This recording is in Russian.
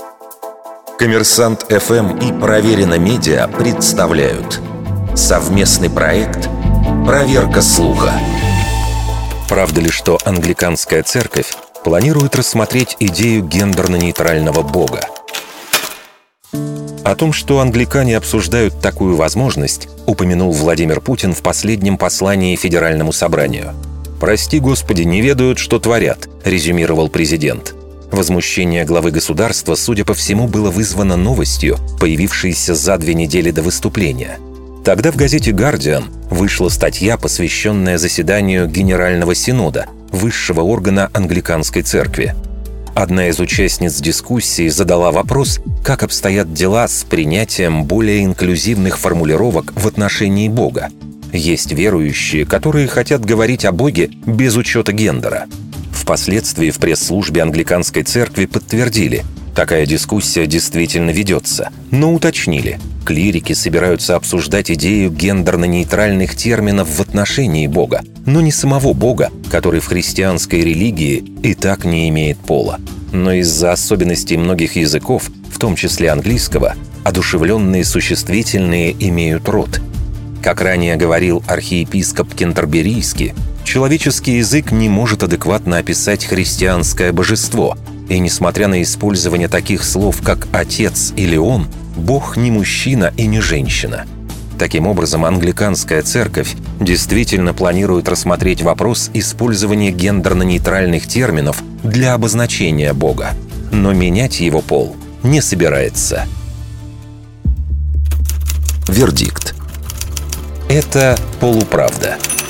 Коммерсант ФМ и Проверено Медиа представляют совместный проект «Проверка слуха». Правда ли, что англиканская церковь планирует рассмотреть идею гендерно-нейтрального бога? О том, что англикане обсуждают такую возможность, упомянул Владимир Путин в последнем послании Федеральному собранию. «Прости, Господи, не ведают, что творят», — резюмировал президент. Возмущение главы государства, судя по всему, было вызвано новостью, появившейся за 2 недели до выступления. Тогда в газете «Гардиан» вышла статья, посвященная заседанию Генерального Синода, высшего органа англиканской церкви. Одна из участниц дискуссии задала вопрос, как обстоят дела с принятием более инклюзивных формулировок в отношении Бога. Есть верующие, которые хотят говорить о Боге без учета гендера. Впоследствии в пресс-службе англиканской церкви подтвердили, такая дискуссия действительно ведется, но уточнили, клирики собираются обсуждать идею гендерно-нейтральных терминов в отношении Бога, но не самого Бога, который в христианской религии и так не имеет пола. Но из-за особенностей многих языков, в том числе английского, одушевленные существительные имеют род. Как ранее говорил архиепископ Кентерберийский, человеческий язык не может адекватно описать христианское божество, и несмотря на использование таких слов, как «отец» или «он», Бог не мужчина и не женщина. Таким образом, англиканская церковь действительно планирует рассмотреть вопрос использования гендерно-нейтральных терминов для обозначения Бога, но менять его пол не собирается. Вердикт. Это полуправда.